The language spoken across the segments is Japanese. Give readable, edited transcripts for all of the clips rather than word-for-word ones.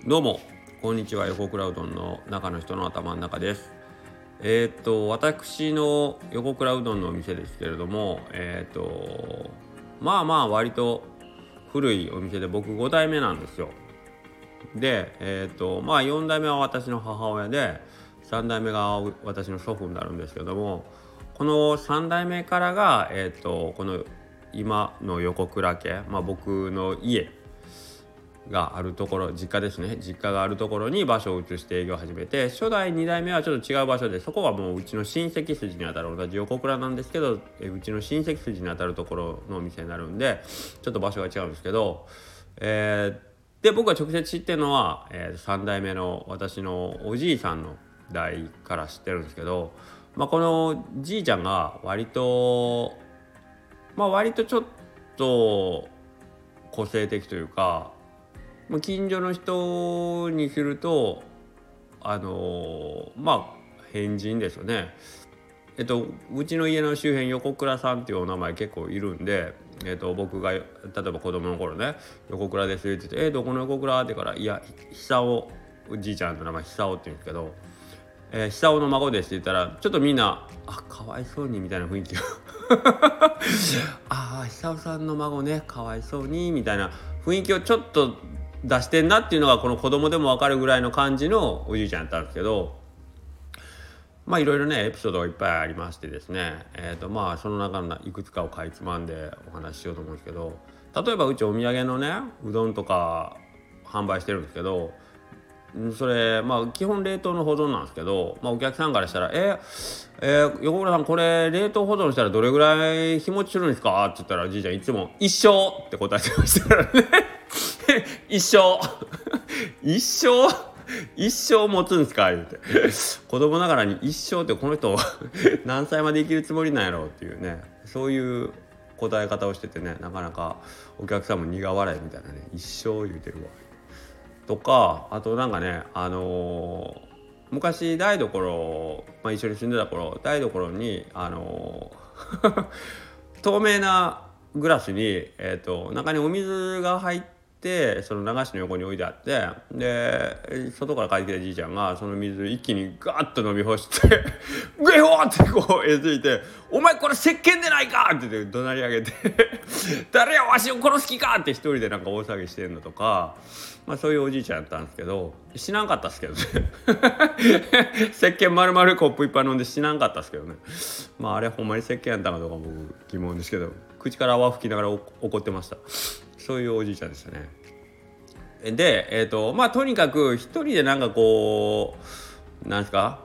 どうもこんにちは。横倉うどんの中の人の頭の中です。私の横倉うどんのお店ですけれども、割と古いお店で僕5代目なんですよ。で、4代目は私の母親で3代目が私の祖父になるんですけども、この3代目からが、この今の横倉家、僕の家があるところ、実家ですね、実家があるところに場所を移して営業を始めて、初代2代目はちょっと違う場所で、そこはもううちの親戚筋にあたる、同じ横倉なんですけど、うちの親戚筋にあたるところのお店になるんで、ちょっと場所が違うんですけど、で僕が直接知ってるのは、3代目の私のおじいさんの代から知ってるんですけど、このじいちゃんが割とちょっと個性的というか、近所の人にすると変人ですよね。うちの家の周辺横倉さんっていうお名前結構いるんで、僕が例えば子供の頃ね、横倉ですって言ってどこの横倉ってから、いや久男、じいちゃんの名前久男って言うんですけど、久男の孫ですって言ったら、ちょっとみんなかわいそうにみたいな雰囲気が久男さんの孫ね、かわいそうにみたいな雰囲気をちょっと出してんなっていうのが、この子供でも分かるぐらいの感じのおじいちゃんやったんですけど、いろいろねエピソードがいっぱいありましてですね、その中のいくつかをかいつまんでお話ししようと思うんですけど、例えばうちお土産のねうどんとか販売してるんですけど、それ基本冷凍の保存なんですけど、お客さんからしたら横倉さんこれ冷凍保存したらどれぐらい日持ちするんですかって言ったら、じいちゃんいつも一生って答えてましたからね一生一生一生持つんですか言うて、子供ながらに一生ってこの人何歳まで生きるつもりなんやろうっていうね、そういう答え方をしててね、なかなかお客さんも苦笑いみたいなね、一生言うてるわとか、あとなんかね昔台所、一緒に住んでた頃、台所に透明なグラスに、中にお水が入って、その流しの横に置いてあって、で外から帰ってきたじいちゃんがその水一気にガーッと飲み干してグエホーってこうえずいて、お前これ石鹸でないかって言って怒鳴り上げて誰やわしを殺す気かって一人でなんか大騒ぎしてんのとか、そういうおじいちゃんやったんですけど、死なんかったっすけどね石鹸丸々コップいっぱい飲んで死なんかったっすけどね。あれほんまに石鹸やったかどうか僕疑問ですけど、口から泡吹きながら怒ってました。そういうおじいちゃんでしたね。でとにかく一人でなんかこうなんですか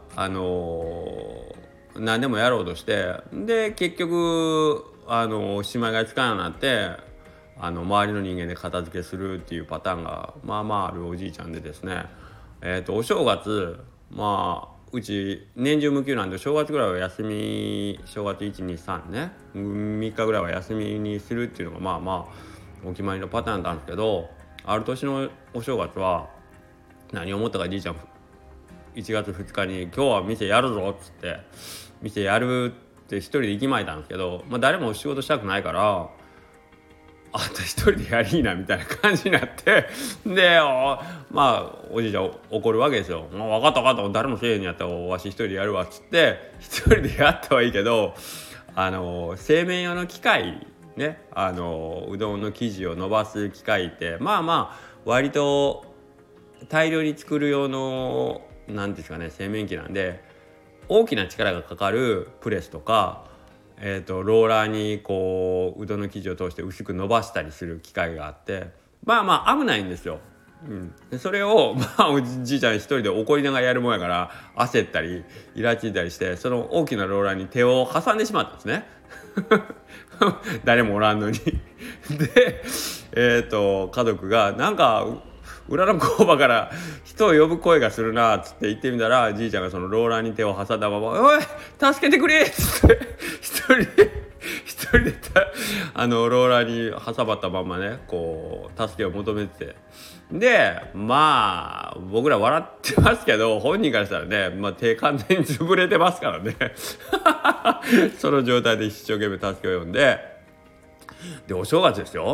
何でもやろうとして、で結局しまいがつかんようになって、周りの人間で片付けするっていうパターンがあるおじいちゃんでですね、お正月うち年中無休なんで、正月ぐらいは休み、正月123ね3日ぐらいは休みにするっていうのがお決まりのパターンなんですけど、ある年のお正月は何を思ったか、じいちゃん1月2日に今日は店やるぞっつって店やるって一人で行きまいたんですけど、誰も仕事したくないから、あんた一人でやりーなみたいな感じになって、でおじいちゃん怒るわけですよ。分かった誰もせえへんやったらわし一人でやるわっつって一人でやったはいいけど、製麺用の機械ね、うどんの生地を伸ばす機械って割と大量に作る用のなんですかね、製麺機なんで、大きな力がかかるプレスとかローラーにこううどんの生地を通して薄く伸ばしたりする機械があって、危ないんですよ。でそれをおじいちゃん一人で怒りながらやるもんやから、焦ったりイラついたりして、その大きなローラーに手を挟んでしまったんですね誰もおらんのにで家族がなんか裏の工場から人を呼ぶ声がするなっつって行ってみたら、じいちゃんがそのローラーに手を挟んだまま「おい助けてくれ!」っつって一人でローラーに挟まったままね、こう助けを求めてて、で僕ら笑ってますけど、本人からしたらね、手完全に潰れてますからねその状態で一生懸命助けを呼んで、でお正月ですよ、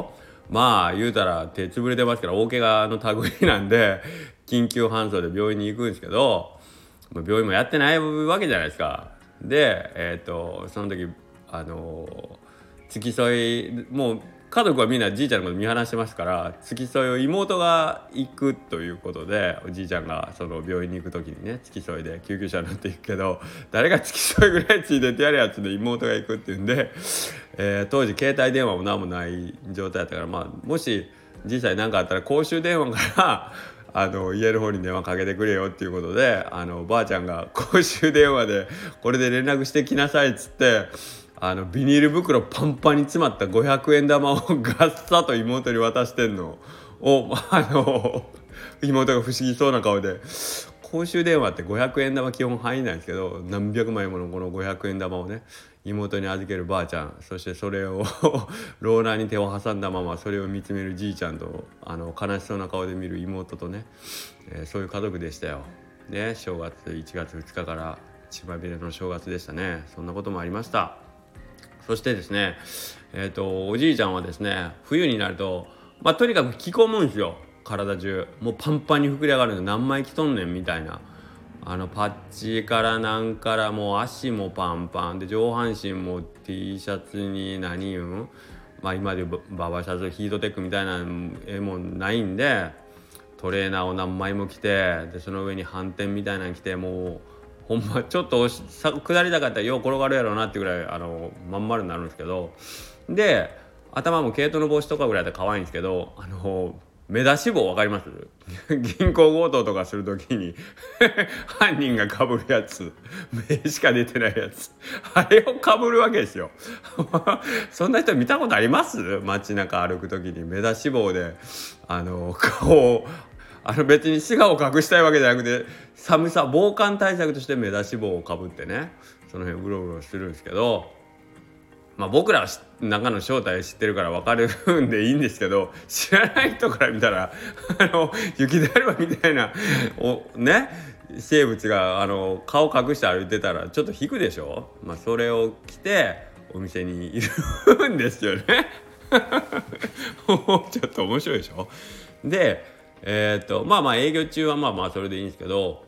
まあ言うたら手潰れてますから大怪我の類なんで緊急搬送で病院に行くんですけど、病院もやってないわけじゃないですか。でその時付き添い、もう家族はみんなじいちゃんのこと見放してますから、付き添いを妹が行くということで、おじいちゃんがその病院に行く時にね付き添いで救急車乗って行くけど、誰が付き添いぐらいついてってやるやつで妹が行くっていうんで、当時携帯電話も何もない状態だったから、もし実際何かあったら公衆電話から家の方に電話かけてくれよっていうことで、ばあちゃんが公衆電話でこれで連絡してきなさいっつって、ビニール袋パンパンに詰まった500円玉をガッサと妹に渡してんのを妹が不思議そうな顔で、公衆電話って500円玉基本入んないんですけど、何百枚ものこの500円玉をね妹に預けるばあちゃん、そしてそれをローラーに手を挟んだままそれを見つめるじいちゃんと、悲しそうな顔で見る妹とね、そういう家族でしたよね。正月1月2日から血まみれの正月でしたね。そんなこともありました。そしてですね、おじいちゃんはですね、冬になるととにかく着込むんですよ。体中もうパンパンに膨れ上がるんで、何枚着とんねんみたいな、パッチからなんからもう足もパンパンで、上半身も T シャツに何言うん今でいうババシャツヒートテックみたいな絵もないんで、トレーナーを何枚も着て、でその上に反転みたいなの着て、もうほんまちょっと下り坂やったらよう転がるやろうなってぐらいまん丸になるんですけど、で頭も毛糸の帽子とかぐらいだったら可愛いんですけど、目出し帽わかります？銀行強盗とかするときに犯人が被るやつ、目しか出てないやつ、あれを被るわけですよ。そんな人見たことあります？街中歩くときに目出し帽で顔を別に滋賀を隠したいわけじゃなくて、寒さ防寒対策として目出し帽をかぶってね、その辺うろうろするんですけど、僕らは中の正体知ってるから分かるんでいいんですけど、知らない人から見たら雪だるまみたいな生物が顔隠して歩いてたらちょっと引くでしょ。それを着てお店にいるんですよね。ちょっと面白いでしょ。で営業中はそれでいいんですけど、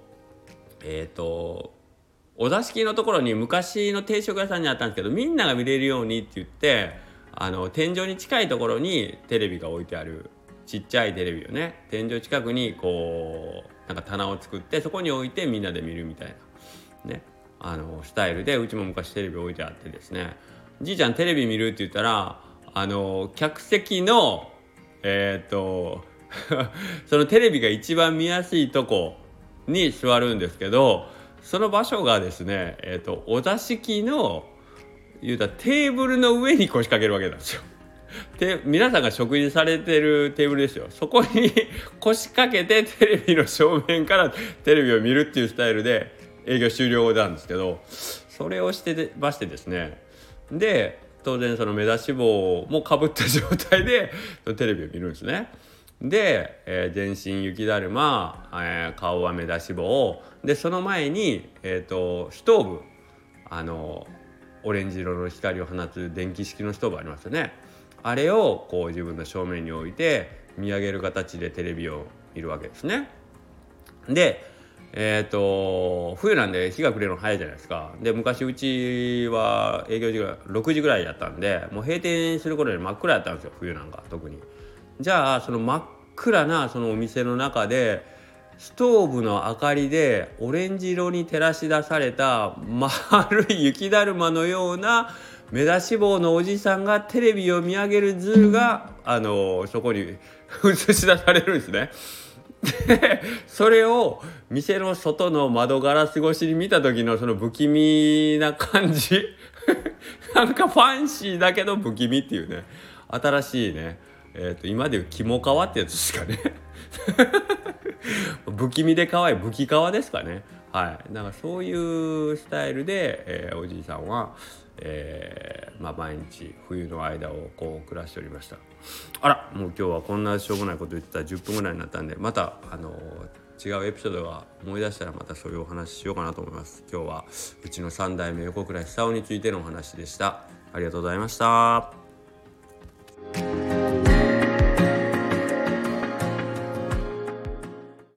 お座敷のところに昔の定食屋さんにあったんですけど、みんなが見れるようにって言って天井に近いところにテレビが置いてある、ちっちゃいテレビをね天井近くにこうなんか棚を作って、そこに置いてみんなで見るみたいなねスタイルで、うちも昔テレビ置いてあってですね、じいちゃんテレビ見るって言ったら客席のそのテレビが一番見やすいとこに座るんですけど、その場所がですね、お座敷の言うたらテーブルの上に腰掛けるわけなんですよ。で皆さんが食事されてるテーブルですよ。そこに腰掛けてテレビの正面からテレビを見るっていうスタイルで営業終了後なんですけど、それをしてましてですね、で当然その目出し帽もかぶった状態でテレビを見るんですね。で、全身雪だるま、顔は目出し帽で、その前に、ストーブ、オレンジ色の光を放つ電気式のストーブありますよね。あれをこう自分の正面に置いて見上げる形でテレビを見るわけですね。で冬なんで日が暮れるの早いじゃないですか。で昔うちは営業時間6時ぐらいやったんで、もう閉店する頃に真っ暗やったんですよ、冬なんか特に。じゃあその真っ暗なそのお店の中でストーブの明かりでオレンジ色に照らし出された丸い雪だるまのような目出し帽のおじさんがテレビを見上げる図がそこに映し出されるんですね。でそれを店の外の窓ガラス越しに見た時のその不気味な感じなんかファンシーだけど不気味っていうね、新しいね、今でいう肝皮ってやつですかね不気味で可愛い不気皮ですかね。はい、だからそういうスタイルで、おじいさんは、毎日冬の間をこう暮らしておりました。あら、もう今日はこんなしょうもないこと言ってたら10分ぐらいになったんで、また違うエピソードが思い出したらまたそういうお話しようかなと思います。今日はうちの3代目横倉久夫についてのお話でした。ありがとうございました。